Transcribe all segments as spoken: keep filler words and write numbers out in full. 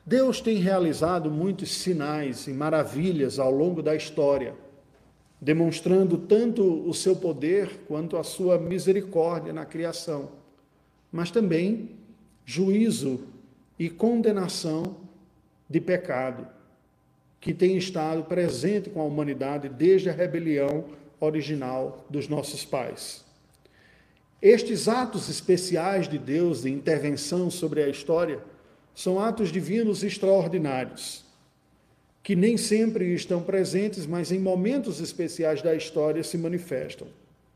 Deus tem realizado muitos sinais e maravilhas ao longo da história, demonstrando tanto o seu poder quanto a sua misericórdia na criação, mas também juízo e condenação de pecado, que tem estado presente com a humanidade desde a rebelião original dos nossos pais. Estes atos especiais de Deus de intervenção sobre a história são atos divinos extraordinários, que nem sempre estão presentes, mas em momentos especiais da história se manifestam.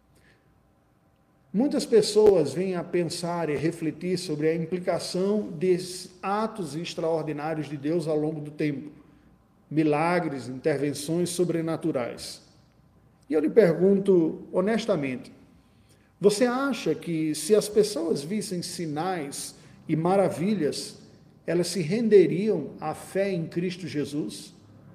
Muitas pessoas vêm a pensar e refletir sobre a implicação desses atos extraordinários de Deus ao longo do tempo, milagres, intervenções sobrenaturais. E eu lhe pergunto honestamente, você acha que se as pessoas vissem sinais e maravilhas, elas se renderiam à fé em Cristo Jesus?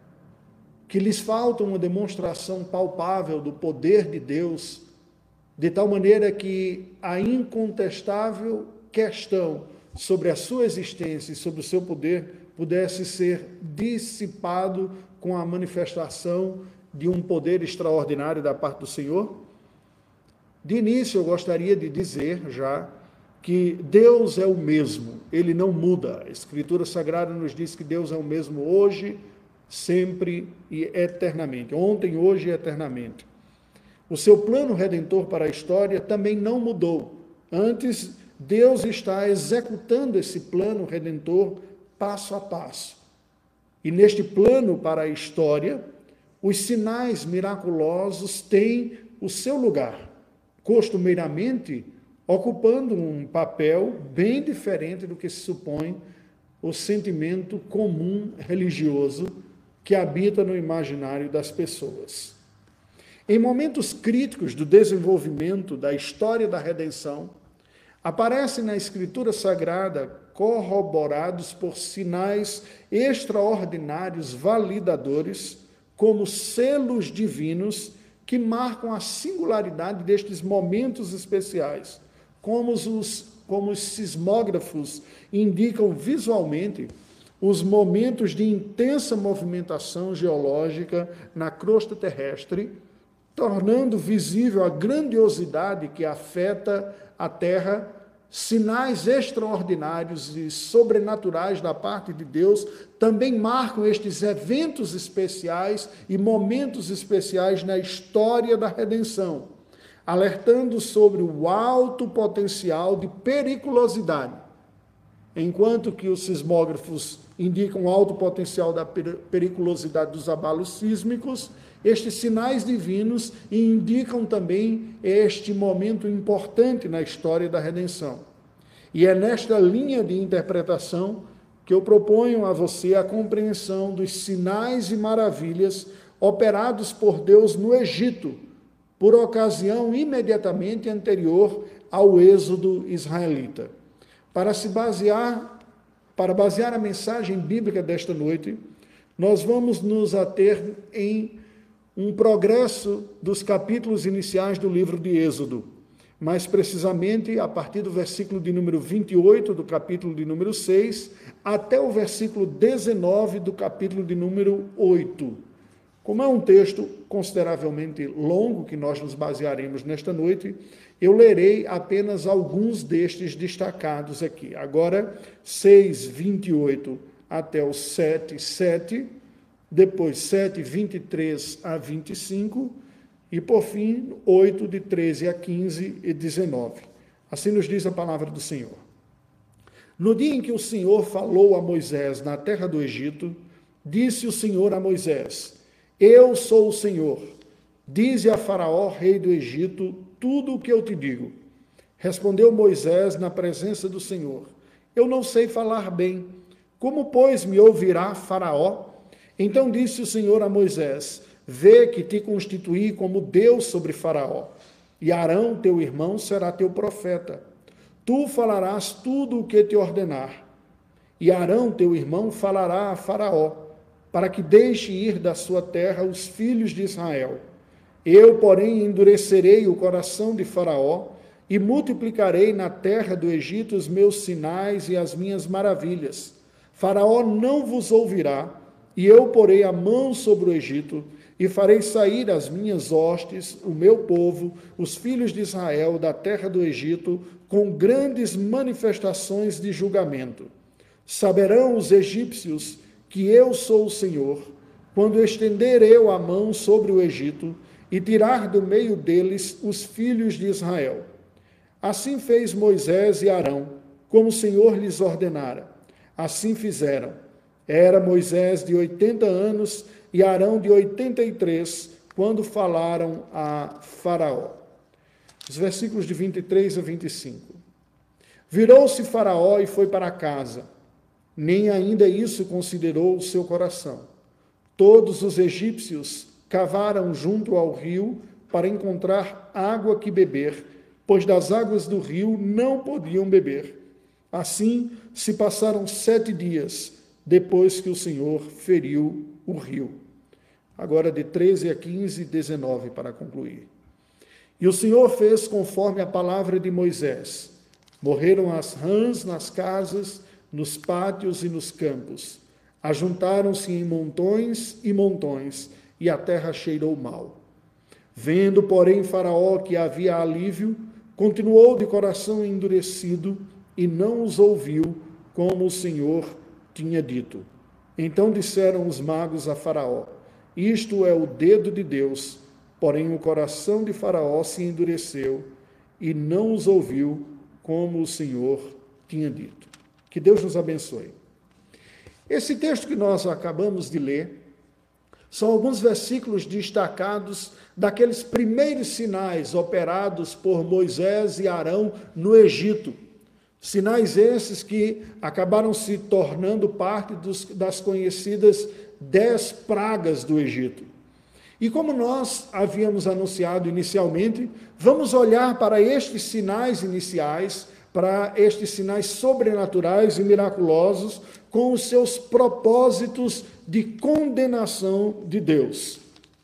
Que lhes falta uma demonstração palpável do poder de Deus, de tal maneira que a incontestável questão sobre a sua existência e sobre o seu poder pudesse ser dissipado com a manifestação de um poder extraordinário da parte do Senhor? De início, eu gostaria de dizer já que Deus é o mesmo, Ele não muda. A Escritura Sagrada nos diz que Deus é o mesmo hoje, sempre e eternamente, ontem, hoje e eternamente. O seu plano redentor para a história também não mudou. Antes, Deus está executando esse plano redentor passo a passo. E neste plano para a história, os sinais miraculosos têm o seu lugar, costumeiramente ocupando um papel bem diferente do que se supõe o sentimento comum religioso que habita no imaginário das pessoas. Em momentos críticos do desenvolvimento da história da redenção, aparecem na Escritura Sagrada corroborados por sinais extraordinários validadores, como selos divinos que marcam a singularidade destes momentos especiais, como os, como os sismógrafos indicam visualmente os momentos de intensa movimentação geológica na crosta terrestre, tornando visível a grandiosidade que afeta a Terra, sinais extraordinários e sobrenaturais da parte de Deus também marcam estes eventos especiais e momentos especiais na história da redenção, alertando sobre o alto potencial de periculosidade. Enquanto que os sismógrafos indicam alto potencial da periculosidade dos abalos sísmicos, estes sinais divinos indicam também este momento importante na história da redenção. E é nesta linha de interpretação que eu proponho a você a compreensão dos sinais e maravilhas operados por Deus no Egito, por ocasião imediatamente anterior ao êxodo israelita. Para se basear, para basear a mensagem bíblica desta noite, nós vamos nos ater em um progresso dos capítulos iniciais do livro de Êxodo, mais precisamente a partir do versículo de número vinte e oito do capítulo de número seis, até o versículo dezenove do capítulo de número oito. Como é um texto consideravelmente longo que nós nos basearemos nesta noite, eu lerei apenas alguns destes destacados aqui. Agora, seis, vinte e oito até o sete, sete, depois sete, vinte e três a vinte e cinco, e por fim, oito, de treze a quinze e dezenove. Assim nos diz a palavra do Senhor. No dia em que o Senhor falou a Moisés na terra do Egito, disse o Senhor a Moisés: Eu sou o Senhor. Dize a Faraó, rei do Egito, tudo o que eu te digo. Respondeu Moisés na presença do Senhor: Eu não sei falar bem. Como, pois, me ouvirá Faraó? Então disse o Senhor a Moisés: Vê que te constituí como Deus sobre Faraó, e Arão, teu irmão, será teu profeta. Tu falarás tudo o que te ordenar. E Arão, teu irmão, falará a Faraó, para que deixe ir da sua terra os filhos de Israel. Eu, porém, endurecerei o coração de Faraó e multiplicarei na terra do Egito os meus sinais e as minhas maravilhas, Faraó não vos ouvirá, e eu porei a mão sobre o Egito, e farei sair as minhas hostes, o meu povo, os filhos de Israel, da terra do Egito, com grandes manifestações de julgamento. Saberão os egípcios que eu sou o Senhor, quando estender eu a mão sobre o Egito e tirar do meio deles os filhos de Israel. Assim fez Moisés e Arão, como o Senhor lhes ordenara. Assim fizeram. Era Moisés de oitenta anos e Arão de oitenta e três, quando falaram a Faraó. Os versículos de vinte e três a vinte e cinco. Virou-se Faraó e foi para casa. Nem ainda isso considerou o seu coração. Todos os egípcios cavaram junto ao rio para encontrar água que beber, pois das águas do rio não podiam beber. Assim se passaram sete dias, depois que o Senhor feriu o rio. Agora de treze a quinze, dezenove para concluir. E o Senhor fez conforme a palavra de Moisés. Morreram as rãs nas casas, nos pátios e nos campos. Ajuntaram-se em montões e montões, e a terra cheirou mal. Vendo, porém, Faraó que havia alívio, continuou de coração endurecido e não os ouviu, como o Senhor tinha dito. Então disseram os magos a Faraó: isto é o dedo de Deus. Porém o coração de Faraó se endureceu e não os ouviu, como o Senhor tinha dito. Que Deus nos abençoe. Esse texto que nós acabamos de ler são alguns versículos destacados daqueles primeiros sinais operados por Moisés e Arão no Egito. Sinais esses que acabaram se tornando parte dos, das conhecidas dez pragas do Egito. E como nós havíamos anunciado inicialmente, vamos olhar para estes sinais iniciais, para estes sinais sobrenaturais e miraculosos, com os seus propósitos de condenação de Deus.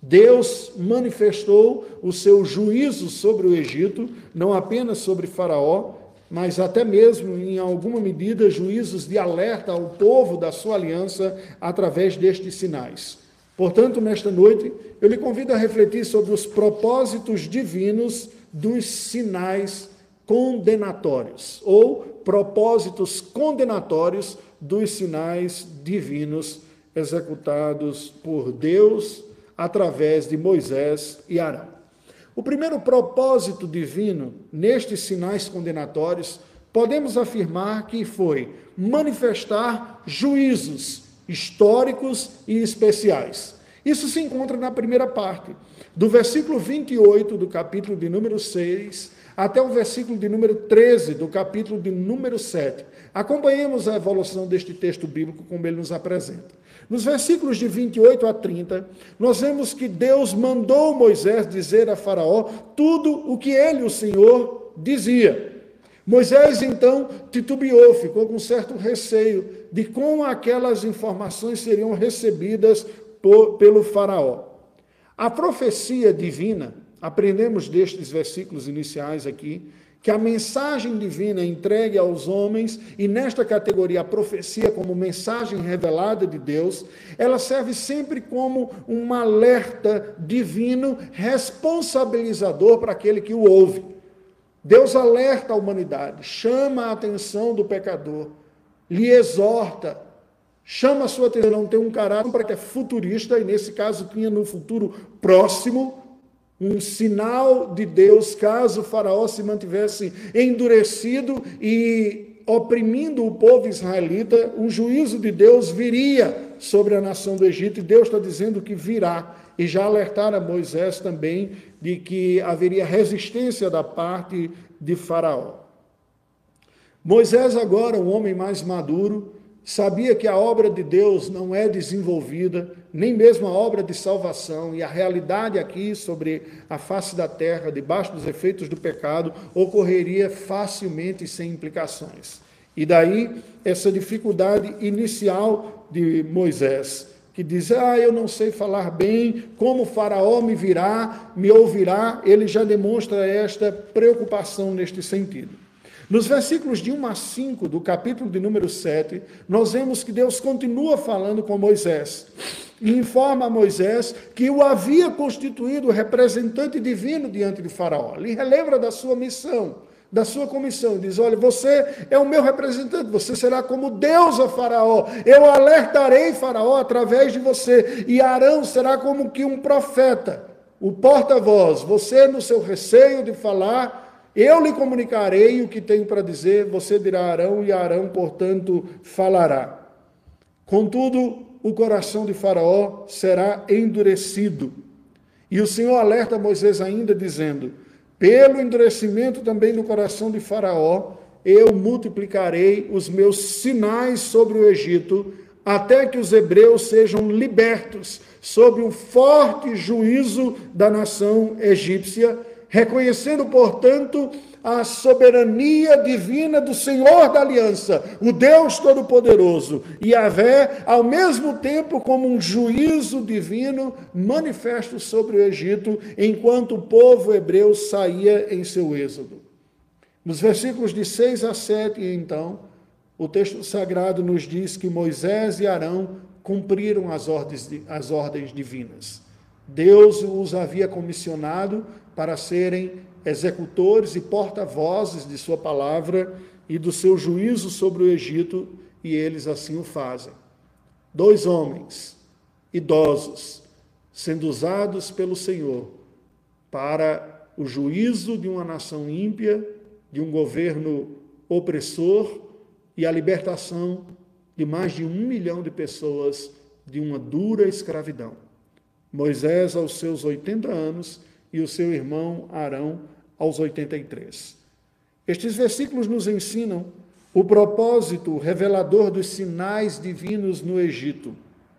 Deus manifestou o seu juízo sobre o Egito, não apenas sobre Faraó, mas até mesmo, em alguma medida, juízos de alerta ao povo da sua aliança através destes sinais. Portanto, nesta noite, eu lhe convido a refletir sobre os propósitos divinos dos sinais condenatórios, ou propósitos condenatórios dos sinais divinos executados por Deus através de Moisés e Arão. O primeiro propósito divino nestes sinais condenatórios, podemos afirmar que foi manifestar juízos históricos e especiais. Isso se encontra na primeira parte, do versículo vinte e oito do capítulo de número seis até o versículo de número treze do capítulo de número sete. Acompanhemos a evolução deste texto bíblico como ele nos apresenta. Nos versículos de vinte e oito a trinta, nós vemos que Deus mandou Moisés dizer a Faraó tudo o que ele, o Senhor, dizia. Moisés, então, titubeou, ficou com certo receio de como aquelas informações seriam recebidas por, pelo Faraó. A profecia divina, aprendemos destes versículos iniciais aqui, que a mensagem divina entregue aos homens, e nesta categoria a profecia como mensagem revelada de Deus, ela serve sempre como um alerta divino responsabilizador para aquele que o ouve. Deus alerta a humanidade, chama a atenção do pecador, lhe exorta, chama a sua atenção, tem um caráter que é futurista, e nesse caso tinha no futuro próximo, um sinal de Deus, caso o Faraó se mantivesse endurecido e oprimindo o povo israelita, um juízo de Deus viria sobre a nação do Egito, e Deus está dizendo que virá, e já alertara Moisés também de que haveria resistência da parte de Faraó. Moisés agora, um homem mais maduro, sabia que a obra de Deus não é desenvolvida, nem mesmo a obra de salvação, e a realidade aqui sobre a face da terra, debaixo dos efeitos do pecado, ocorreria facilmente sem implicações. E daí essa dificuldade inicial de Moisés, que diz, ah, eu não sei falar bem, como o Faraó me virá, me ouvirá, ele já demonstra esta preocupação neste sentido. Nos versículos de um a cinco do capítulo de número sete, nós vemos que Deus continua falando com Moisés e informa a Moisés que o havia constituído representante divino diante de Faraó. Ele relembra da sua missão, da sua comissão. Diz, olha, você é o meu representante, você será como Deus a Faraó. Eu alertarei Faraó através de você, e Arão será como que um profeta, o porta-voz. Você, no seu receio de falar, eu lhe comunicarei o que tenho para dizer, você dirá a Arão, e Arão, portanto, falará. Contudo, o coração de Faraó será endurecido. E o Senhor alerta Moisés ainda, dizendo, pelo endurecimento também do coração de Faraó, eu multiplicarei os meus sinais sobre o Egito, até que os hebreus sejam libertos sob um forte juízo da nação egípcia, reconhecendo, portanto, a soberania divina do Senhor da aliança, o Deus Todo-Poderoso, e Yahvé, ao mesmo tempo, como um juízo divino manifesto sobre o Egito, enquanto o povo hebreu saía em seu êxodo. Nos versículos de seis a sete, então, o texto sagrado nos diz que Moisés e Arão cumpriram as ordens, as ordens divinas. Deus os havia comissionado para serem executores e porta-vozes de sua palavra e do seu juízo sobre o Egito, e eles assim o fazem. Dois homens idosos, sendo usados pelo Senhor para o juízo de uma nação ímpia, de um governo opressor e a libertação de mais de um milhão de pessoas de uma dura escravidão. Moisés aos seus oitenta anos e o seu irmão Arão aos oitenta e três. Estes versículos nos ensinam o propósito revelador dos sinais divinos no Egito.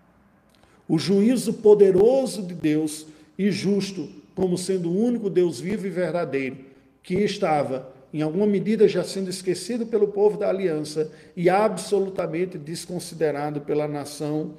O juízo poderoso de Deus e justo, como sendo o único Deus vivo e verdadeiro, que estava, em alguma medida, já sendo esquecido pelo povo da aliança e absolutamente desconsiderado pela nação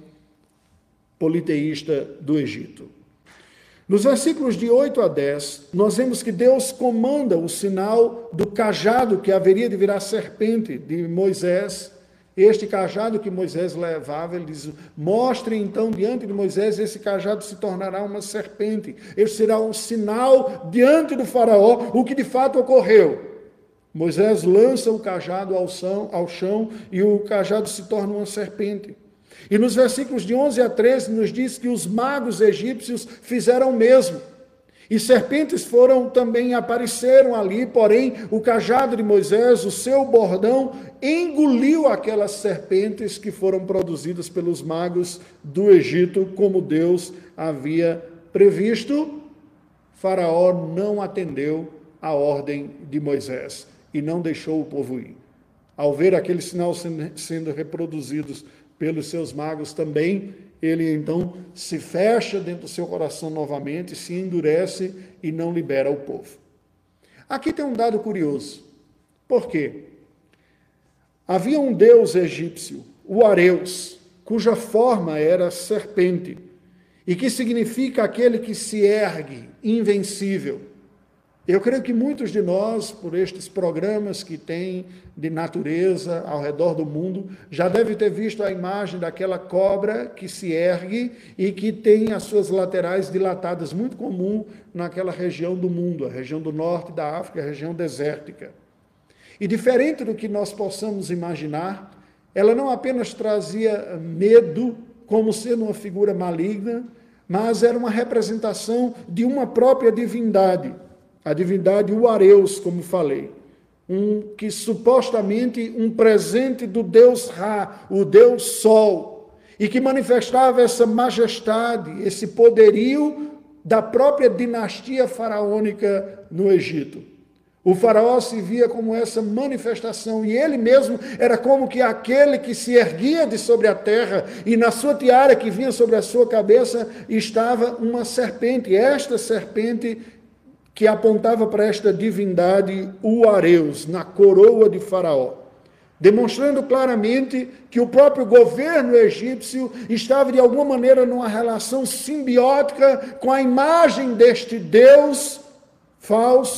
politeísta do Egito. Nos versículos de oito a dez, nós vemos que Deus comanda o sinal do cajado que haveria de virar serpente de Moisés. Este cajado que Moisés levava, ele diz, mostre então diante de Moisés, esse cajado se tornará uma serpente. Esse será um sinal diante do faraó, o que de fato ocorreu. Moisés lança o cajado ao chão, ao chão e o cajado se torna uma serpente. E nos versículos de onze a treze nos diz que os magos egípcios fizeram o mesmo. E serpentes foram também, apareceram ali, porém o cajado de Moisés, o seu bordão, engoliu aquelas serpentes que foram produzidas pelos magos do Egito, como Deus havia previsto. Faraó não atendeu à ordem de Moisés e não deixou o povo ir. Ao ver aquele sinal sendo reproduzidos pelos seus magos também, ele então se fecha dentro do seu coração novamente, se endurece e não libera o povo. Aqui tem um dado curioso. Por quê? Havia um deus egípcio, o Areus, cuja forma era serpente, e que significa aquele que se ergue, invencível. Eu creio que muitos de nós, por estes programas que tem de natureza ao redor do mundo, já devem ter visto a imagem daquela cobra que se ergue e que tem as suas laterais dilatadas, muito comum naquela região do mundo, a região do norte da África, a região desértica. E diferente do que nós possamos imaginar, ela não apenas trazia medo, como sendo uma figura maligna, mas era uma representação de uma própria divindade. A divindade Uareus, como falei, um, que supostamente um presente do Deus Ra, o Deus Sol, e que manifestava essa majestade, esse poderio da própria dinastia faraônica no Egito. O faraó se via como essa manifestação, e ele mesmo era como que aquele que se erguia de sobre a terra, e na sua tiara que vinha sobre a sua cabeça estava uma serpente, esta serpente que apontava para esta divindade Uareus, na coroa de Faraó, demonstrando claramente que o próprio governo egípcio estava, de alguma maneira, numa relação simbiótica com a imagem deste Deus falso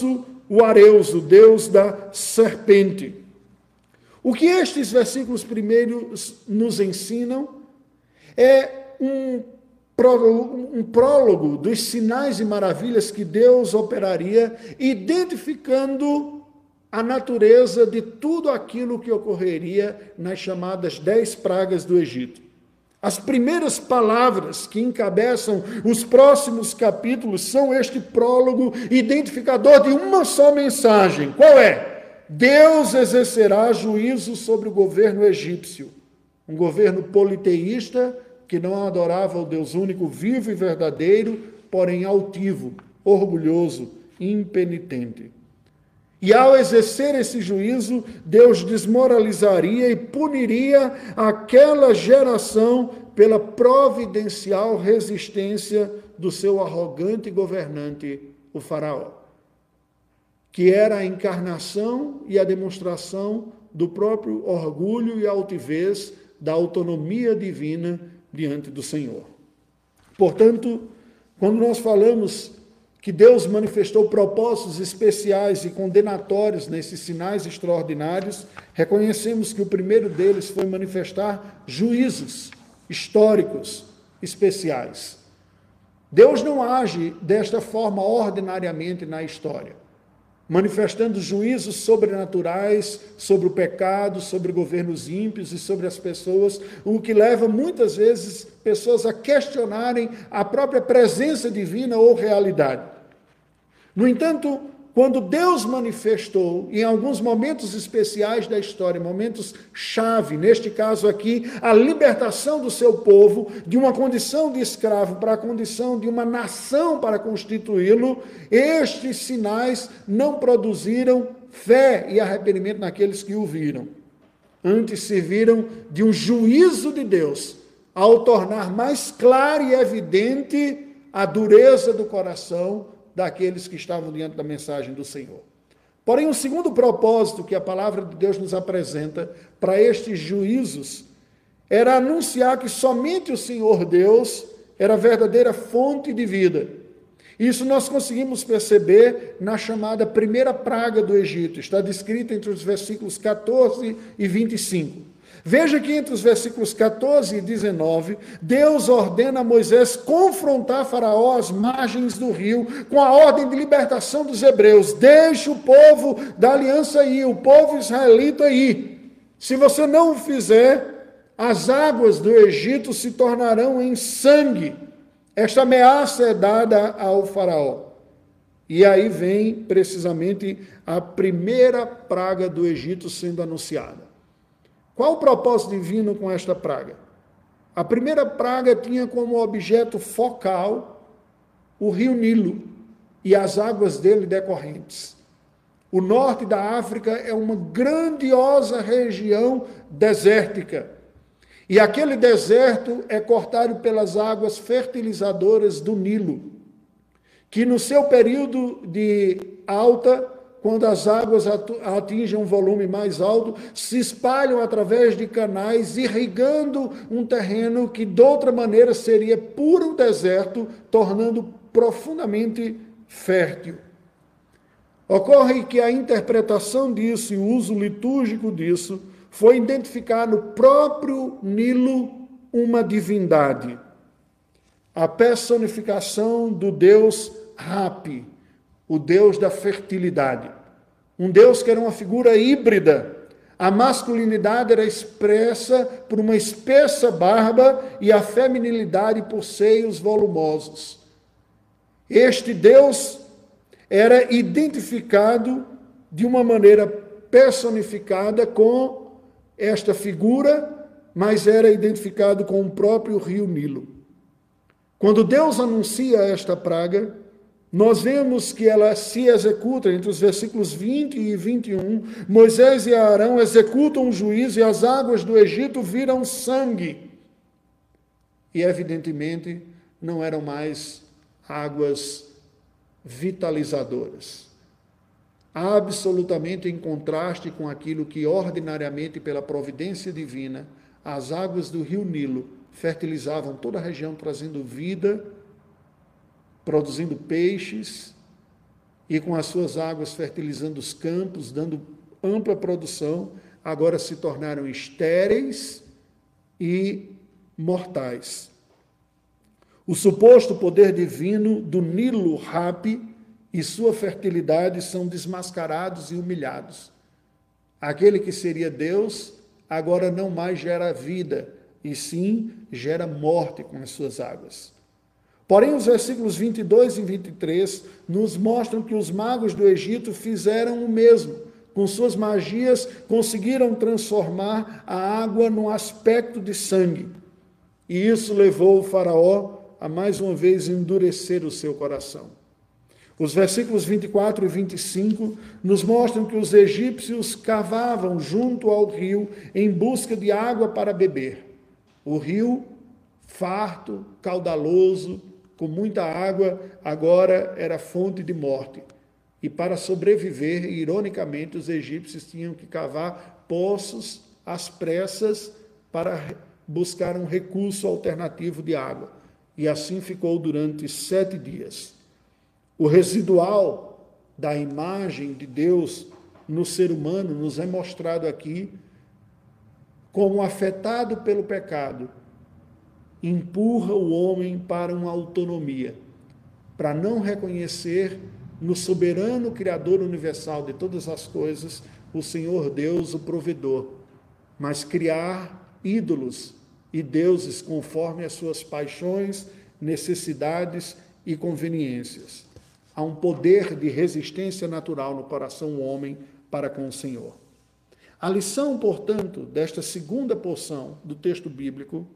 o Areus, o deus da serpente. O que estes versículos primeiros nos ensinam é um prólogo, um prólogo dos sinais e maravilhas que Deus operaria, identificando a natureza de tudo aquilo que ocorreria nas chamadas dez pragas do Egito. As primeiras palavras que encabeçam os próximos capítulos são este prólogo identificador de uma só mensagem. Qual é? Deus exercerá juízo sobre o governo egípcio, um governo politeísta que não adorava o Deus único, vivo e verdadeiro, porém altivo, orgulhoso, impenitente. E ao exercer esse juízo, Deus desmoralizaria e puniria aquela geração pela providencial resistência do seu arrogante governante, o faraó, que era a encarnação e a demonstração do próprio orgulho e altivez da autonomia divina diante do Senhor. Portanto, quando nós falamos que Deus manifestou propósitos especiais e condenatórios nesses sinais extraordinários, reconhecemos que o primeiro deles foi manifestar juízos históricos especiais. Deus não age desta forma ordinariamente na história, manifestando juízos sobrenaturais sobre o pecado, sobre governos ímpios e sobre as pessoas, o que leva muitas vezes pessoas a questionarem a própria presença divina ou realidade. No entanto, quando Deus manifestou, em alguns momentos especiais da história, momentos chave, neste caso aqui, a libertação do seu povo de uma condição de escravo para a condição de uma nação para constituí-lo, estes sinais não produziram fé e arrependimento naqueles que o viram. Antes serviram de um juízo de Deus, ao tornar mais clara e evidente a dureza do coração daqueles que estavam diante da mensagem do Senhor. Porém, o segundo propósito que a palavra de Deus nos apresenta para estes juízos era anunciar que somente o Senhor Deus era a verdadeira fonte de vida. Isso nós conseguimos perceber na chamada primeira praga do Egito. Está descrita entre os versículos catorze e vinte e cinco. Veja que entre os versículos catorze e dezenove, Deus ordena a Moisés confrontar Faraó às margens do rio com a ordem de libertação dos hebreus. Deixe o povo da aliança ir, o povo israelita ir. Se você não o fizer, as águas do Egito se tornarão em sangue. Esta ameaça é dada ao Faraó. E aí vem precisamente a primeira praga do Egito sendo anunciada. Qual o propósito divino com esta praga? A primeira praga tinha como objeto focal o rio Nilo e as águas dele decorrentes. O norte da África é uma grandiosa região desértica. E aquele deserto é cortado pelas águas fertilizadoras do Nilo, que no seu período de alta, quando as águas atingem um volume mais alto, se espalham através de canais, irrigando um terreno que, de outra maneira, seria puro deserto, tornando profundamente fértil. Ocorre que a interpretação disso e o uso litúrgico disso foi identificar no próprio Nilo uma divindade, a personificação do deus Hapi, o Deus da fertilidade. Um Deus que era uma figura híbrida. A masculinidade era expressa por uma espessa barba e a feminilidade por seios volumosos. Este Deus era identificado de uma maneira personificada com esta figura, mas era identificado com o próprio rio Nilo. Quando Deus anuncia esta praga, nós vemos que ela se executa entre os versículos vinte e vinte e um. Moisés e Arão executam o juízo e as águas do Egito viram sangue. E, evidentemente, não eram mais águas vitalizadoras. Absolutamente em contraste com aquilo que, ordinariamente, pela providência divina, as águas do rio Nilo fertilizavam toda a região, trazendo vida, produzindo peixes e com as suas águas fertilizando os campos, dando ampla produção, agora se tornaram estéreis e mortais. O suposto poder divino do Nilo Rapi e sua fertilidade são desmascarados e humilhados. Aquele que seria Deus, agora não mais gera vida, e sim gera morte com as suas águas. Porém, os versículos vinte e dois e vinte e três nos mostram que os magos do Egito fizeram o mesmo. Com suas magias, conseguiram transformar a água num aspecto de sangue. E isso levou o faraó a mais uma vez endurecer o seu coração. Os versículos vinte e quatro e vinte e cinco nos mostram que os egípcios cavavam junto ao rio em busca de água para beber. O rio, farto, caudaloso, com muita água, agora era fonte de morte. E para sobreviver, ironicamente, os egípcios tinham que cavar poços às pressas para buscar um recurso alternativo de água. E assim ficou durante sete dias. O residual da imagem de Deus no ser humano nos é mostrado aqui como afetado pelo pecado, empurra o homem para uma autonomia, para não reconhecer no soberano Criador universal de todas as coisas, o Senhor Deus, o provedor, mas criar ídolos e deuses conforme as suas paixões, necessidades e conveniências. Há um poder de resistência natural no coração do homem para com o Senhor. A lição, portanto, desta segunda porção do texto bíblico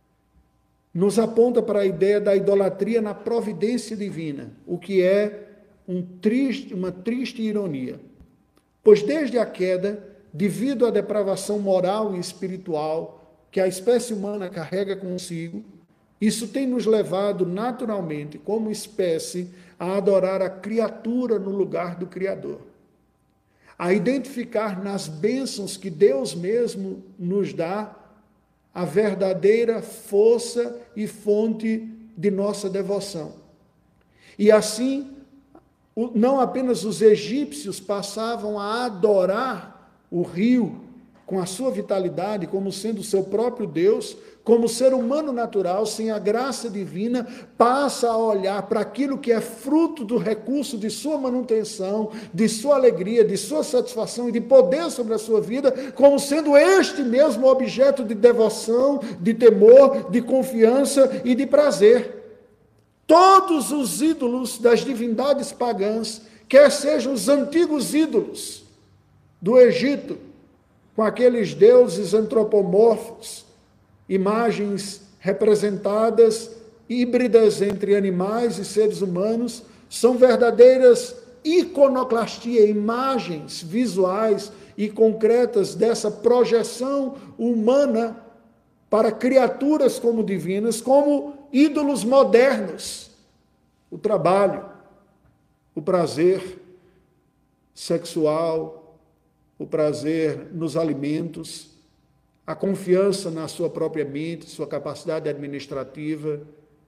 nos aponta para a ideia da idolatria na providência divina, o que é um triste, uma triste ironia. Pois desde a queda, devido à depravação moral e espiritual que a espécie humana carrega consigo, isso tem nos levado naturalmente, como espécie, a adorar a criatura no lugar do Criador. A identificar nas bênçãos que Deus mesmo nos dá a verdadeira força e fonte de nossa devoção. E assim, não apenas os egípcios passavam a adorar o rio com a sua vitalidade, como sendo o seu próprio Deus, como ser humano natural, sem a graça divina, passa a olhar para aquilo que é fruto do recurso de sua manutenção, de sua alegria, de sua satisfação e de poder sobre a sua vida, como sendo este mesmo objeto de devoção, de temor, de confiança e de prazer. Todos os ídolos das divindades pagãs, quer sejam os antigos ídolos do Egito, com aqueles deuses antropomorfos, imagens representadas, híbridas entre animais e seres humanos, são verdadeiras iconoclastia, imagens visuais e concretas dessa projeção humana para criaturas como divinas, como ídolos modernos. O trabalho, o prazer sexual, o prazer nos alimentos, a confiança na sua própria mente, sua capacidade administrativa,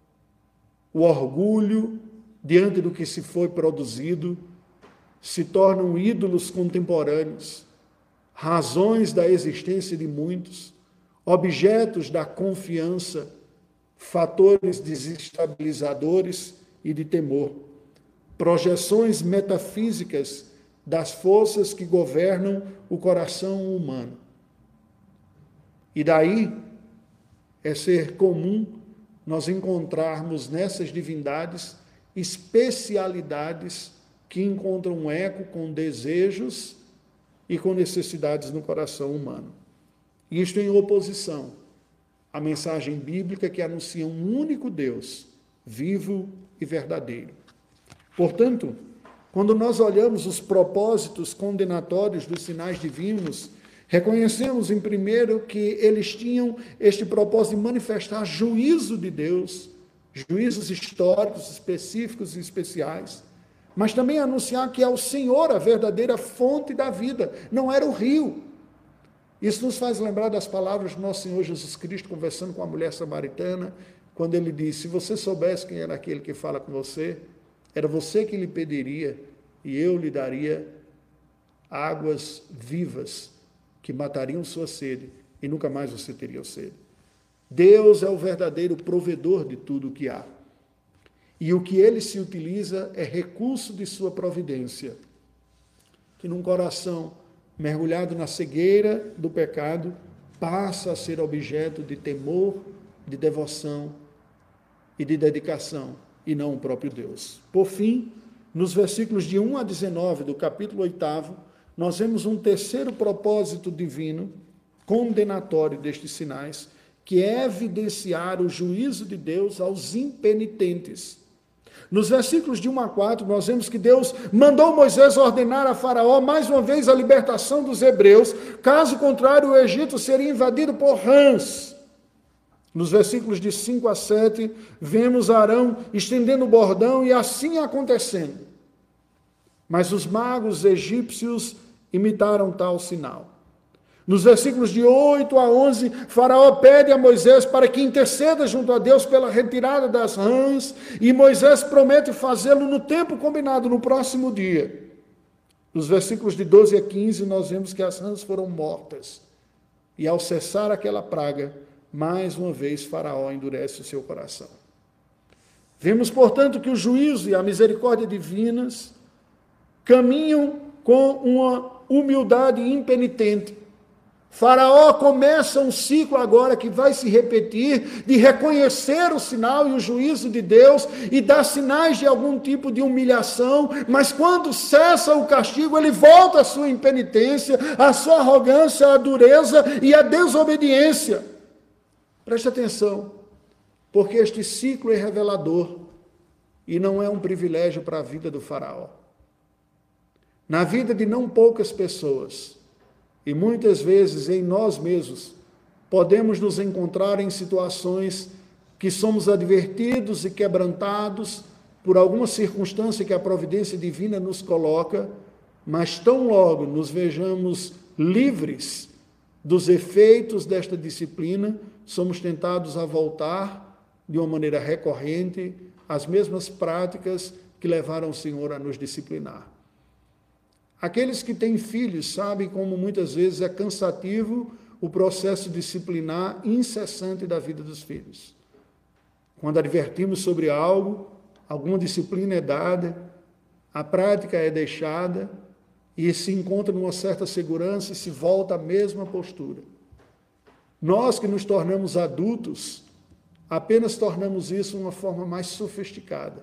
o orgulho diante do que se foi produzido, se tornam ídolos contemporâneos, razões da existência de muitos, objetos da confiança, fatores desestabilizadores e de temor, projeções metafísicas das forças que governam o coração humano. E daí é ser comum nós encontrarmos nessas divindades especialidades que encontram um eco com desejos e com necessidades no coração humano. Isto em oposição à mensagem bíblica que anuncia um único Deus, vivo e verdadeiro. Portanto, quando nós olhamos os propósitos condenatórios dos sinais divinos, reconhecemos, em primeiro, que eles tinham este propósito de manifestar juízo de Deus, juízos históricos, específicos e especiais, mas também anunciar que é o Senhor a verdadeira fonte da vida, não era o rio. Isso nos faz lembrar das palavras do nosso Senhor Jesus Cristo, conversando com a mulher samaritana, quando ele disse: se você soubesse quem era aquele que fala com você, era você que lhe pediria, e eu lhe daria águas vivas que matariam sua sede e nunca mais você teria sede. Deus é o verdadeiro provedor de tudo o que há. E o que ele se utiliza é recurso de sua providência, que num coração mergulhado na cegueira do pecado, passa a ser objeto de temor, de devoção e de dedicação, e não o próprio Deus. Por fim, nos versículos de um a dezenove do capítulo oitavo, nós vemos um terceiro propósito divino, condenatório destes sinais, que é evidenciar o juízo de Deus aos impenitentes. Nos versículos de um a quatro, nós vemos que Deus mandou Moisés ordenar a Faraó, mais uma vez, a libertação dos hebreus, caso contrário, o Egito seria invadido por rãs. Nos versículos de cinco a sete, vemos Arão estendendo o bordão e assim acontecendo. Mas os magos egípcios imitaram tal sinal. Nos versículos de oito a onze, Faraó pede a Moisés para que interceda junto a Deus pela retirada das rãs, e Moisés promete fazê-lo no tempo combinado, no próximo dia. Nos versículos de doze a quinze, nós vemos que as rãs foram mortas, e ao cessar aquela praga, mais uma vez Faraó endurece o seu coração. Vemos, portanto, que o juízo e a misericórdia divinas caminham com uma humildade impenitente. Faraó começa um ciclo agora que vai se repetir, de reconhecer o sinal e o juízo de Deus e dar sinais de algum tipo de humilhação, mas quando cessa o castigo, ele volta à sua impenitência, à sua arrogância, à dureza e à desobediência. Preste atenção, porque este ciclo é revelador e não é um privilégio para a vida do Faraó. Na vida de não poucas pessoas, e muitas vezes em nós mesmos, podemos nos encontrar em situações que somos advertidos e quebrantados por alguma circunstância que a providência divina nos coloca, mas tão logo nos vejamos livres dos efeitos desta disciplina, somos tentados a voltar de uma maneira recorrente às mesmas práticas que levaram o Senhor a nos disciplinar. Aqueles que têm filhos sabem como muitas vezes é cansativo o processo disciplinar incessante da vida dos filhos. Quando advertimos sobre algo, alguma disciplina é dada, a prática é deixada e se encontra numa certa segurança e se volta à mesma postura. Nós que nos tornamos adultos, apenas tornamos isso de uma forma mais sofisticada.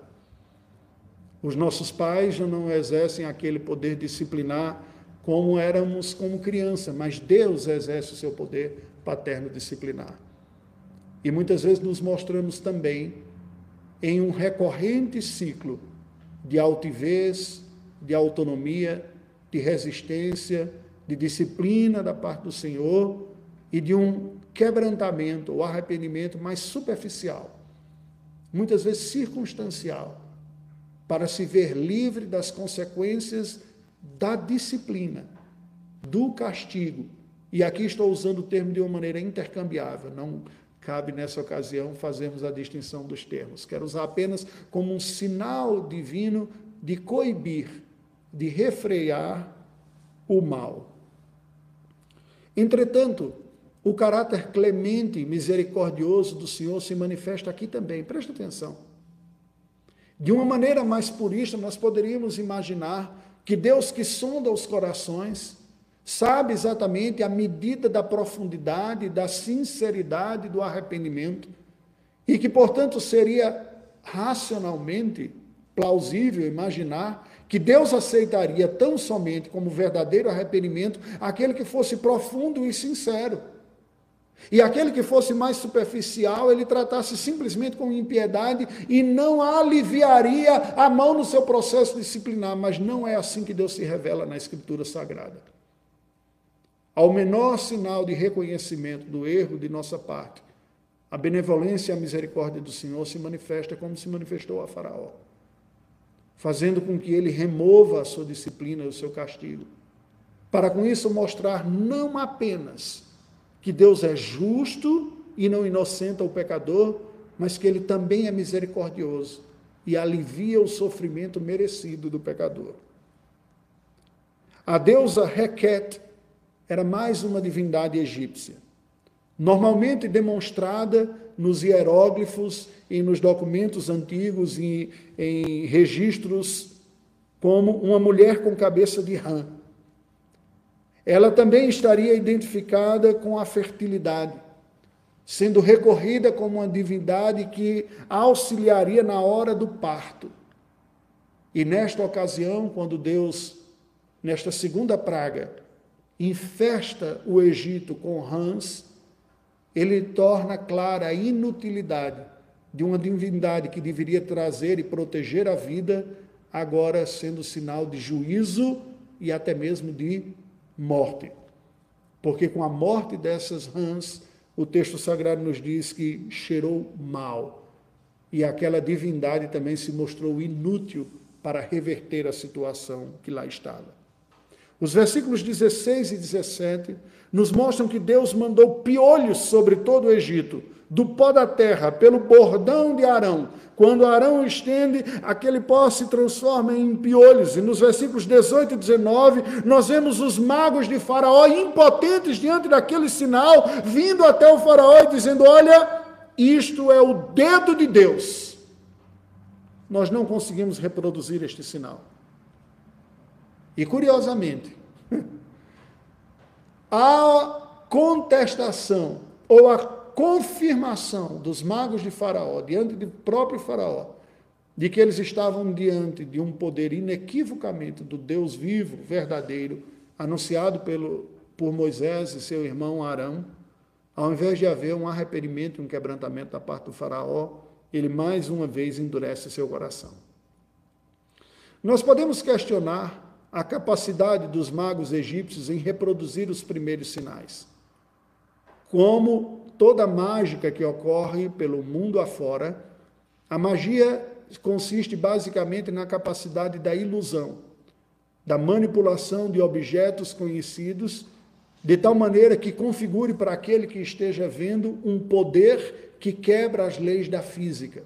Os nossos pais já não exercem aquele poder disciplinar como éramos como criança, mas Deus exerce o seu poder paterno disciplinar. E muitas vezes nos mostramos também em um recorrente ciclo de altivez, de autonomia, de resistência, de disciplina da parte do Senhor e de um quebrantamento ou arrependimento mais superficial, muitas vezes circunstancial, para se ver livre das consequências da disciplina, do castigo. E aqui estou usando o termo de uma maneira intercambiável, não cabe nessa ocasião fazermos a distinção dos termos. Quero usar apenas como um sinal divino de coibir, de refrear o mal. Entretanto, o caráter clemente e misericordioso do Senhor se manifesta aqui também. Presta atenção. De uma maneira mais purista, nós poderíamos imaginar que Deus, que sonda os corações, sabe exatamente a medida da profundidade, da sinceridade do arrependimento, e que, portanto, seria racionalmente plausível imaginar que Deus aceitaria tão somente como verdadeiro arrependimento aquele que fosse profundo e sincero. E aquele que fosse mais superficial, ele tratasse simplesmente com impiedade e não aliviaria a mão no seu processo disciplinar, mas não é assim que Deus se revela na Escritura Sagrada. Ao menor sinal de reconhecimento do erro de nossa parte, a benevolência e a misericórdia do Senhor se manifesta como se manifestou a Faraó, fazendo com que ele remova a sua disciplina e o seu castigo, para com isso mostrar não apenas que Deus é justo e não inocenta o pecador, mas que ele também é misericordioso e alivia o sofrimento merecido do pecador. A deusa Requet era mais uma divindade egípcia, normalmente demonstrada nos hieróglifos e nos documentos antigos e em registros como uma mulher com cabeça de rã. Ela também estaria identificada com a fertilidade, sendo recorrida como uma divindade que auxiliaria na hora do parto. E nesta ocasião, quando Deus, nesta segunda praga, infesta o Egito com rãs, ele torna clara a inutilidade de uma divindade que deveria trazer e proteger a vida, agora sendo sinal de juízo e até mesmo de morte. Porque com a morte dessas rãs, o texto sagrado nos diz que cheirou mal. E aquela divindade também se mostrou inútil para reverter a situação que lá estava. Os versículos dezesseis e dezessete nos mostram que Deus mandou piolhos sobre todo o Egito, do pó da terra, pelo bordão de Arão. Quando Arão estende, aquele pó se transforma em piolhos. E nos versículos dezoito e dezenove, nós vemos os magos de Faraó impotentes diante daquele sinal, vindo até o Faraó e dizendo: olha, isto é o dedo de Deus. Nós não conseguimos reproduzir este sinal. E, curiosamente, a contestação ou a confirmação dos magos de Faraó, diante do próprio Faraó, de que eles estavam diante de um poder inequivocamente do Deus vivo, verdadeiro, anunciado pelo, por Moisés e seu irmão Arão, ao invés de haver um arrependimento e um quebrantamento da parte do Faraó, ele mais uma vez endurece seu coração. Nós podemos questionar a capacidade dos magos egípcios em reproduzir os primeiros sinais. Como toda mágica que ocorre pelo mundo afora, a magia consiste basicamente na capacidade da ilusão, da manipulação de objetos conhecidos, de tal maneira que configure para aquele que esteja vendo um poder que quebra as leis da física.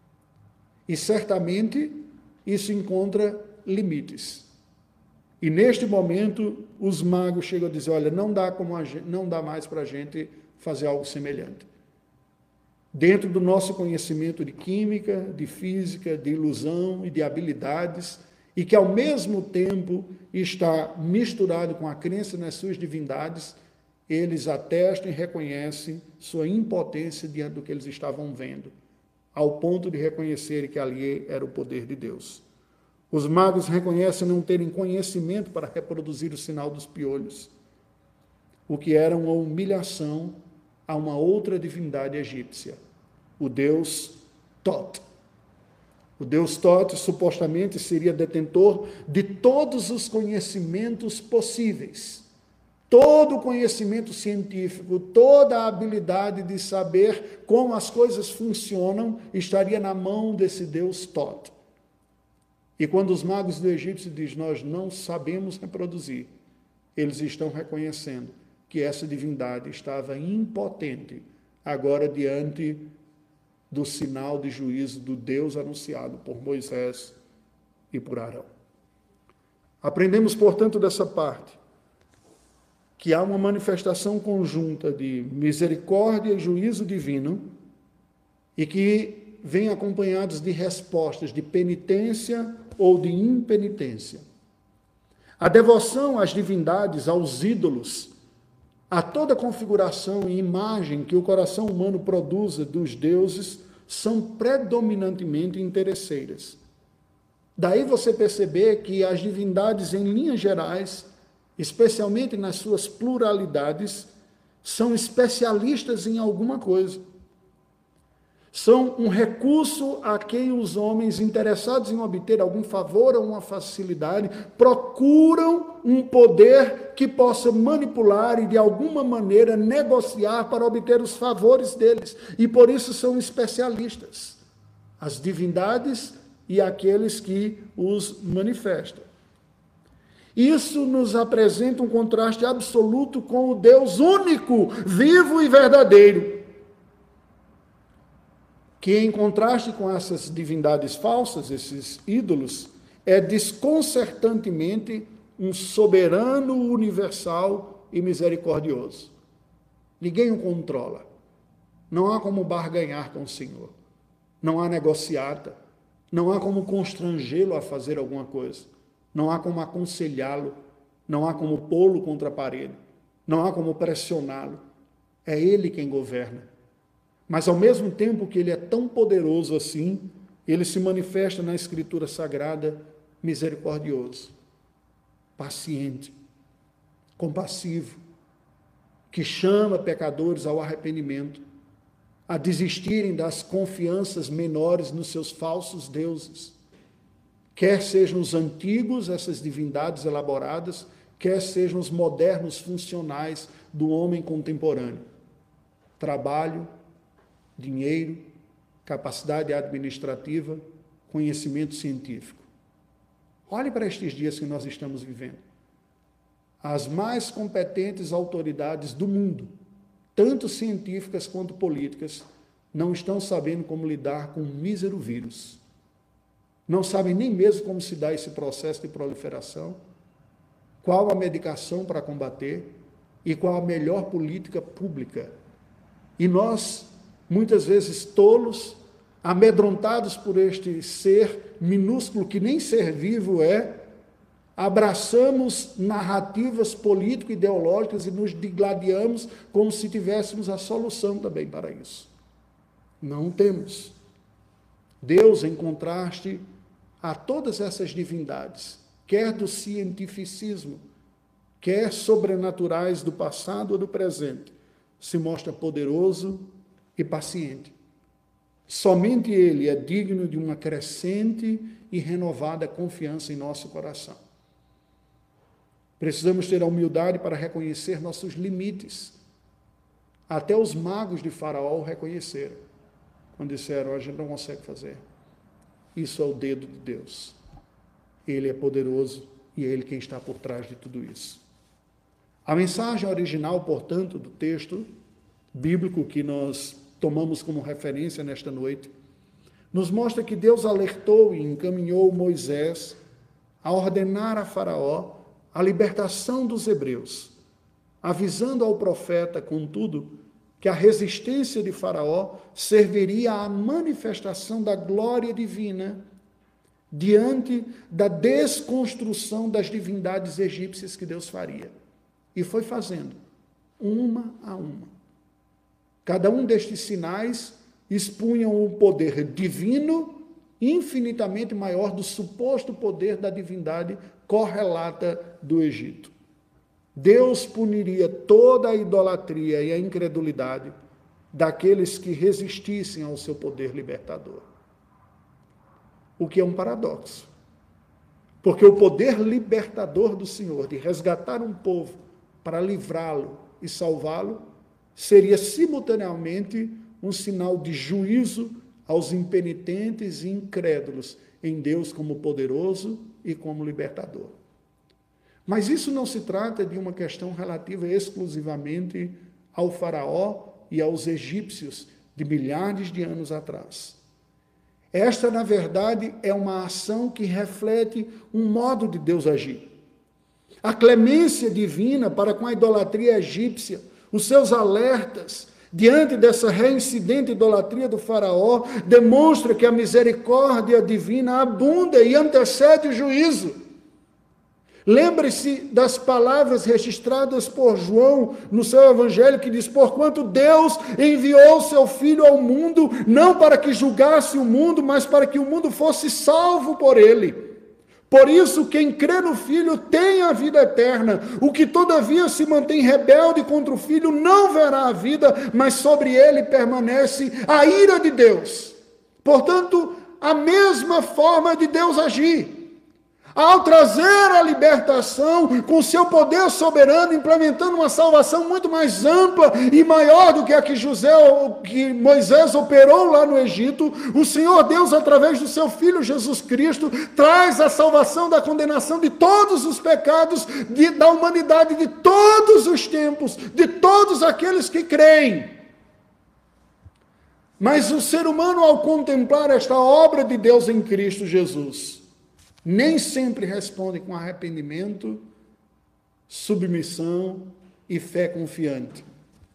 E certamente isso encontra limites. E neste momento, os magos chegam a dizer: olha, não dá, como a gente, não dá mais para a gente fazer algo semelhante. Dentro do nosso conhecimento de química, de física, de ilusão e de habilidades, e que ao mesmo tempo está misturado com a crença nas suas divindades, eles atestam e reconhecem sua impotência diante do que eles estavam vendo, ao ponto de reconhecerem que ali era o poder de Deus. Os magos reconhecem não terem conhecimento para reproduzir o sinal dos piolhos, o que era uma humilhação a uma outra divindade egípcia, o deus Tot. O deus Tot supostamente seria detentor de todos os conhecimentos possíveis, todo o conhecimento científico, toda a habilidade de saber como as coisas funcionam estaria na mão desse deus Tot. E quando os magos do Egito dizem: nós não sabemos reproduzir, eles estão reconhecendo que essa divindade estava impotente agora diante do sinal de juízo do Deus anunciado por Moisés e por Arão. Aprendemos, portanto, dessa parte, que há uma manifestação conjunta de misericórdia e juízo divino e que vem acompanhados de respostas de penitência ou de impenitência. A devoção às divindades, aos ídolos, a toda configuração e imagem que o coração humano produza dos deuses são predominantemente interesseiras. Daí você perceber que as divindades, em linhas gerais, especialmente nas suas pluralidades, são especialistas em alguma coisa. São um recurso a quem os homens interessados em obter algum favor ou uma facilidade procuram um poder que possa manipular e de alguma maneira negociar para obter os favores deles. E por isso são especialistas, as divindades e aqueles que os manifestam. Isso nos apresenta um contraste absoluto com o Deus único, vivo e verdadeiro, que em contraste com essas divindades falsas, esses ídolos, é desconcertantemente um soberano universal e misericordioso. Ninguém o controla. Não há como barganhar com o Senhor. Não há negociata. Não há como constrangê-lo a fazer alguma coisa. Não há como aconselhá-lo. Não há como pô-lo contra a parede. Não há como pressioná-lo. É Ele quem governa. Mas, ao mesmo tempo que Ele é tão poderoso assim, Ele se manifesta na Escritura Sagrada misericordioso, paciente, compassivo, que chama pecadores ao arrependimento, a desistirem das confianças menores nos seus falsos deuses, quer sejam os antigos, essas divindades elaboradas, quer sejam os modernos funcionais do homem contemporâneo. Trabalho, dinheiro, capacidade administrativa, conhecimento científico. Olhe para estes dias que nós estamos vivendo. As mais competentes autoridades do mundo, tanto científicas quanto políticas, não estão sabendo como lidar com o mísero vírus. Não sabem nem mesmo como se dá esse processo de proliferação, qual a medicação para combater e qual a melhor política pública. E nós, muitas vezes tolos, amedrontados por este ser minúsculo, que nem ser vivo é, abraçamos narrativas político-ideológicas e nos digladiamos como se tivéssemos a solução também para isso. Não temos. Deus, em contraste a todas essas divindades, quer do cientificismo, quer sobrenaturais do passado ou do presente, se mostra poderoso e paciente. Somente Ele é digno de uma crescente e renovada confiança em nosso coração. Precisamos ter a humildade para reconhecer nossos limites. Até os magos de Faraó o reconheceram, quando disseram: a gente não consegue fazer. Isso é o dedo de Deus. Ele é poderoso e é Ele quem está por trás de tudo isso. A mensagem original, portanto, do texto bíblico que nós tomamos como referência nesta noite, nos mostra que Deus alertou e encaminhou Moisés a ordenar a Faraó a libertação dos hebreus, avisando ao profeta, contudo, que a resistência de Faraó serviria à manifestação da glória divina diante da desconstrução das divindades egípcias que Deus faria. E foi fazendo, uma a uma. Cada um destes sinais expunham o poder divino infinitamente maior do suposto poder da divindade correlata do Egito. Deus puniria toda a idolatria e a incredulidade daqueles que resistissem ao seu poder libertador. O que é um paradoxo. Porque o poder libertador do Senhor, de resgatar um povo para livrá-lo e salvá-lo, seria simultaneamente um sinal de juízo aos impenitentes e incrédulos em Deus como poderoso e como libertador. Mas isso não se trata de uma questão relativa exclusivamente ao faraó e aos egípcios de milhares de anos atrás. Esta, na verdade, é uma ação que reflete um modo de Deus agir. A clemência divina para com a idolatria egípcia, os seus alertas diante dessa reincidente idolatria do faraó, demonstra que a misericórdia divina abunda e antecede o juízo. Lembre-se das palavras registradas por João no seu evangelho, que diz: porquanto Deus enviou seu Filho ao mundo, não para que julgasse o mundo, mas para que o mundo fosse salvo por ele. Por isso, quem crê no Filho tem a vida eterna. O que todavia se mantém rebelde contra o Filho não verá a vida, mas sobre ele permanece a ira de Deus. Portanto, a mesma forma de Deus agir. Ao trazer a libertação com seu poder soberano, implementando uma salvação muito mais ampla e maior do que a que, José, que Moisés operou lá no Egito, o Senhor Deus, através do seu Filho Jesus Cristo, traz a salvação da condenação de todos os pecados de, da humanidade de todos os tempos, de todos aqueles que creem. Mas o ser humano, ao contemplar esta obra de Deus em Cristo Jesus, nem sempre respondem com arrependimento, submissão e fé confiante.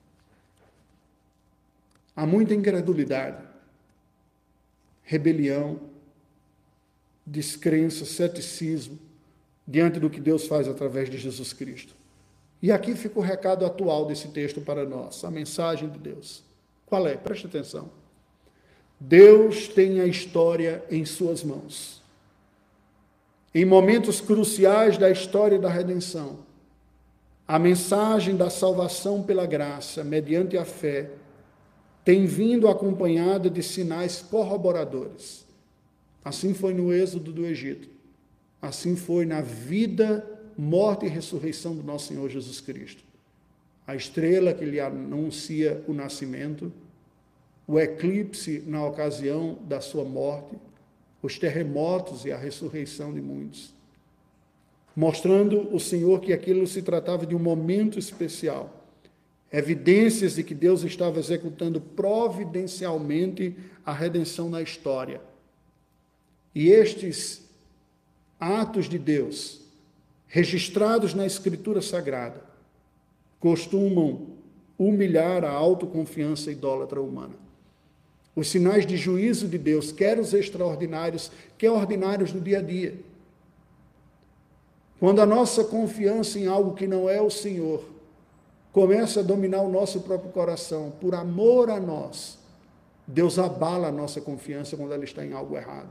Há muita incredulidade, rebelião, descrença, ceticismo diante do que Deus faz através de Jesus Cristo. E aqui fica o recado atual desse texto para nós, a mensagem de Deus. Qual é? Preste atenção. Deus tem a história em suas mãos. Em momentos cruciais da história da redenção, a mensagem da salvação pela graça, mediante a fé, tem vindo acompanhada de sinais corroboradores. Assim foi no êxodo do Egito. Assim foi na vida, morte e ressurreição do nosso Senhor Jesus Cristo. A estrela que lhe anuncia o nascimento, o eclipse na ocasião da sua morte, os terremotos e a ressurreição de muitos, mostrando o Senhor que aquilo se tratava de um momento especial, evidências de que Deus estava executando providencialmente a redenção na história. E estes atos de Deus, registrados na Escritura Sagrada, costumam humilhar a autoconfiança idólatra humana. Os sinais de juízo de Deus, quer os extraordinários, quer ordinários no dia a dia. Quando a nossa confiança em algo que não é o Senhor começa a dominar o nosso próprio coração, por amor a nós, Deus abala a nossa confiança quando ela está em algo errado.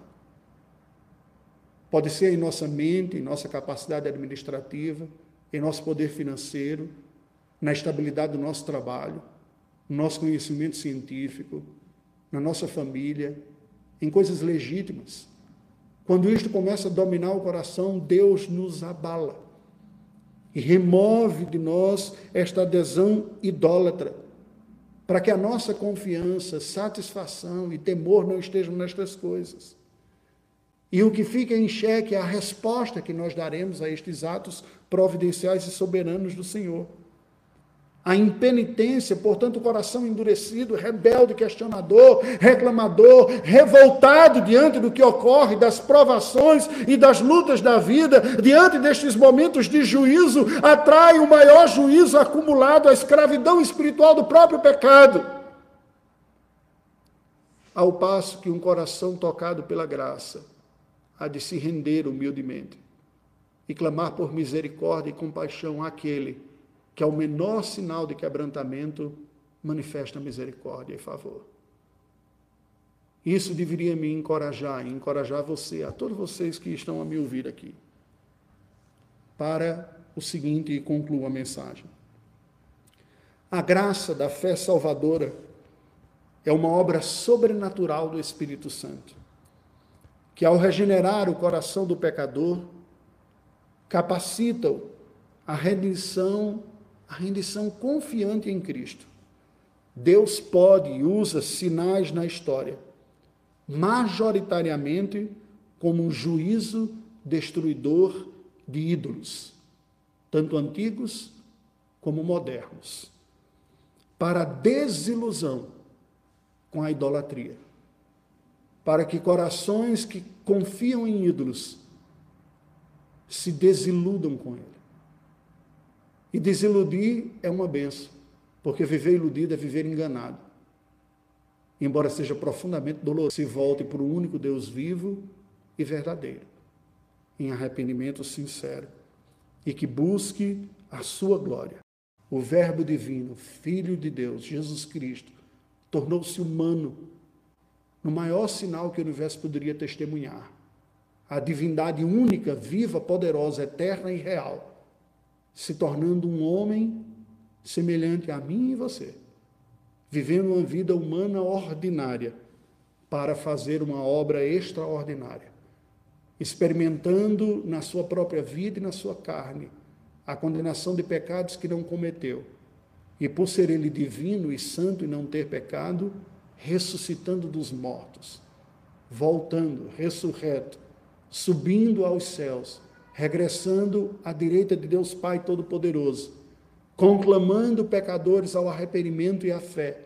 Pode ser em nossa mente, em nossa capacidade administrativa, em nosso poder financeiro, na estabilidade do nosso trabalho, no nosso conhecimento científico, na nossa família, em coisas legítimas. Quando isto começa a dominar o coração, Deus nos abala e remove de nós esta adesão idólatra, para que a nossa confiança, satisfação e temor não estejam nestas coisas. E o que fica em xeque é a resposta que nós daremos a estes atos providenciais e soberanos do Senhor. A impenitência, portanto, o coração endurecido, rebelde, questionador, reclamador, revoltado diante do que ocorre, das provações e das lutas da vida, diante destes momentos de juízo, atrai o maior juízo acumulado, a escravidão espiritual do próprio pecado. Ao passo que um coração tocado pela graça há de se render humildemente e clamar por misericórdia e compaixão àquele que ao menor sinal de quebrantamento manifesta misericórdia e favor. Isso deveria me encorajar e encorajar você, a todos vocês que estão a me ouvir aqui, para o seguinte, e concluo a mensagem. A graça da fé salvadora é uma obra sobrenatural do Espírito Santo, que ao regenerar o coração do pecador, capacita-o à redenção, a rendição confiante em Cristo. Deus pode e usa sinais na história, majoritariamente como um juízo destruidor de ídolos, tanto antigos como modernos, para desilusão com a idolatria, para que corações que confiam em ídolos se desiludam com ele. E desiludir é uma benção, porque viver iludido é viver enganado. Embora seja profundamente doloroso, se volte para o único Deus vivo e verdadeiro, em arrependimento sincero, e que busque a sua glória. O Verbo divino, Filho de Deus, Jesus Cristo, tornou-se humano, no maior sinal que o universo poderia testemunhar. A divindade única, viva, poderosa, eterna e real, se tornando um homem semelhante a mim e você, vivendo uma vida humana ordinária para fazer uma obra extraordinária, experimentando na sua própria vida e na sua carne a condenação de pecados que não cometeu, e por ser ele divino e santo e não ter pecado, ressuscitando dos mortos, voltando, ressurreto, subindo aos céus, regressando à direita de Deus Pai Todo-Poderoso, conclamando pecadores ao arrependimento e à fé,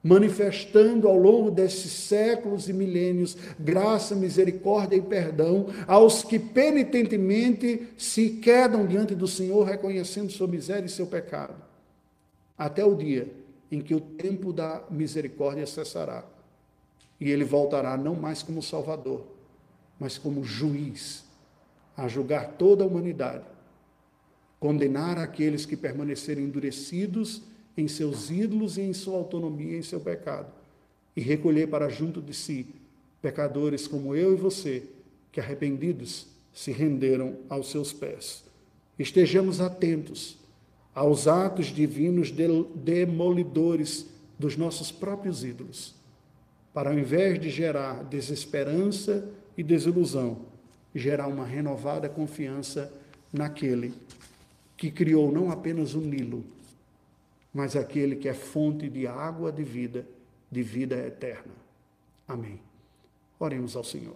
manifestando ao longo desses séculos e milênios graça, misericórdia e perdão aos que penitentemente se quedam diante do Senhor, reconhecendo sua miséria e seu pecado, até o dia em que o tempo da misericórdia cessará e ele voltará não mais como Salvador, mas como juiz, a julgar toda a humanidade, condenar aqueles que permanecerem endurecidos em seus ídolos e em sua autonomia e em seu pecado, e recolher para junto de si pecadores como eu e você, que arrependidos se renderam aos seus pés. Estejamos atentos aos atos divinos demolidores dos nossos próprios ídolos, para ao invés de gerar desesperança e desilusão, gerar uma renovada confiança naquele que criou não apenas o Nilo, mas aquele que é fonte de água de vida, de vida eterna. Amém. Oremos ao Senhor.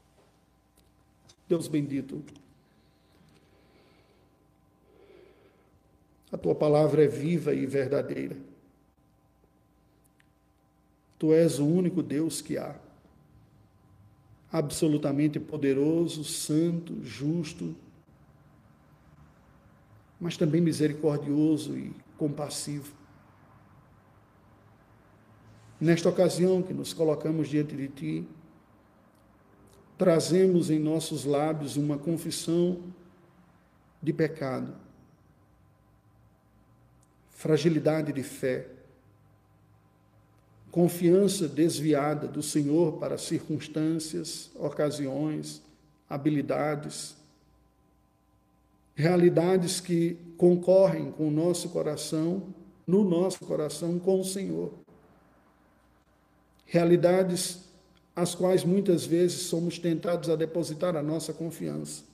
Deus bendito, a tua palavra é viva e verdadeira. Tu és o único Deus que há, absolutamente poderoso, santo, justo, mas também misericordioso e compassivo. Nesta ocasião que nos colocamos diante de Ti, trazemos em nossos lábios uma confissão de pecado, fragilidade de fé, confiança desviada do Senhor para circunstâncias, ocasiões, habilidades, realidades que concorrem com o nosso coração, no nosso coração com o Senhor. Realidades às quais muitas vezes somos tentados a depositar a nossa confiança.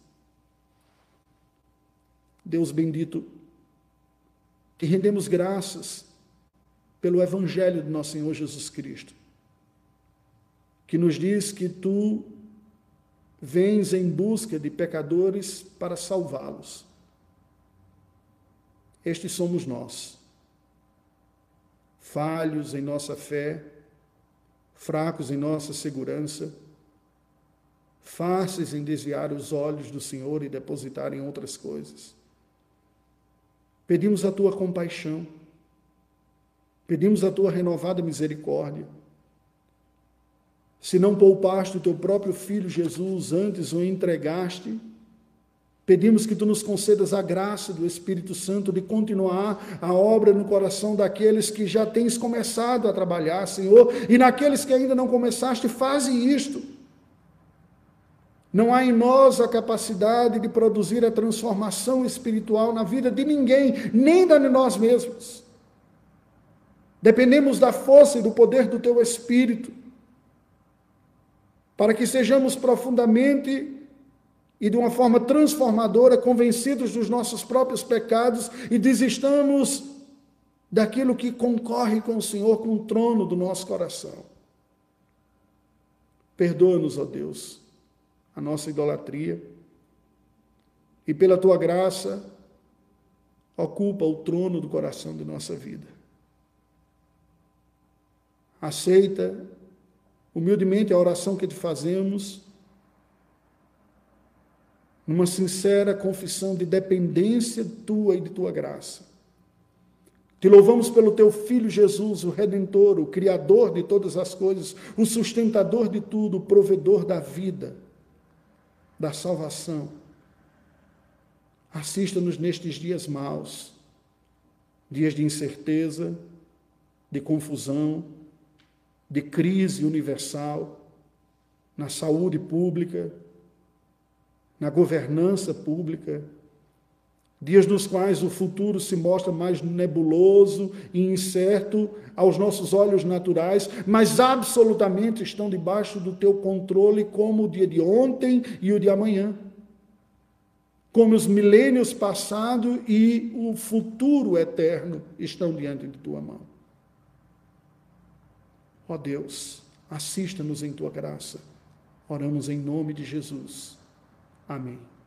Deus bendito, te rendemos graças pelo Evangelho do nosso Senhor Jesus Cristo, que nos diz que Tu vens em busca de pecadores para salvá-los. Estes somos nós, falhos em nossa fé, fracos em nossa segurança, fáceis em desviar os olhos do Senhor e depositar em outras coisas. Pedimos a Tua compaixão, pedimos a Tua renovada misericórdia. Se não poupaste o Teu próprio Filho Jesus, antes o entregaste, pedimos que Tu nos concedas a graça do Espírito Santo de continuar a obra no coração daqueles que já tens começado a trabalhar, Senhor, e naqueles que ainda não começaste, faze isto. Não há em nós a capacidade de produzir a transformação espiritual na vida de ninguém, nem da de nós mesmos. Dependemos da força e do poder do Teu Espírito, para que sejamos profundamente e de uma forma transformadora convencidos dos nossos próprios pecados e desistamos daquilo que concorre com o Senhor, com o trono do nosso coração. Perdoa-nos, ó Deus, a nossa idolatria e pela Tua graça ocupa o trono do coração de nossa vida. Aceita humildemente a oração que Te fazemos, numa sincera confissão de dependência Tua e de Tua graça. Te louvamos pelo Teu Filho Jesus, o Redentor, o Criador de todas as coisas, o sustentador de tudo, o provedor da vida, da salvação. Assista-nos nestes dias maus, dias de incerteza, de confusão, de crise universal, na saúde pública, na governança pública, dias nos quais o futuro se mostra mais nebuloso e incerto aos nossos olhos naturais, mas absolutamente estão debaixo do Teu controle, como o dia de ontem e o de amanhã, como os milênios passados e o futuro eterno estão diante de Tua mão. Ó Deus, assista-nos em Tua graça. Oramos em nome de Jesus. Amém.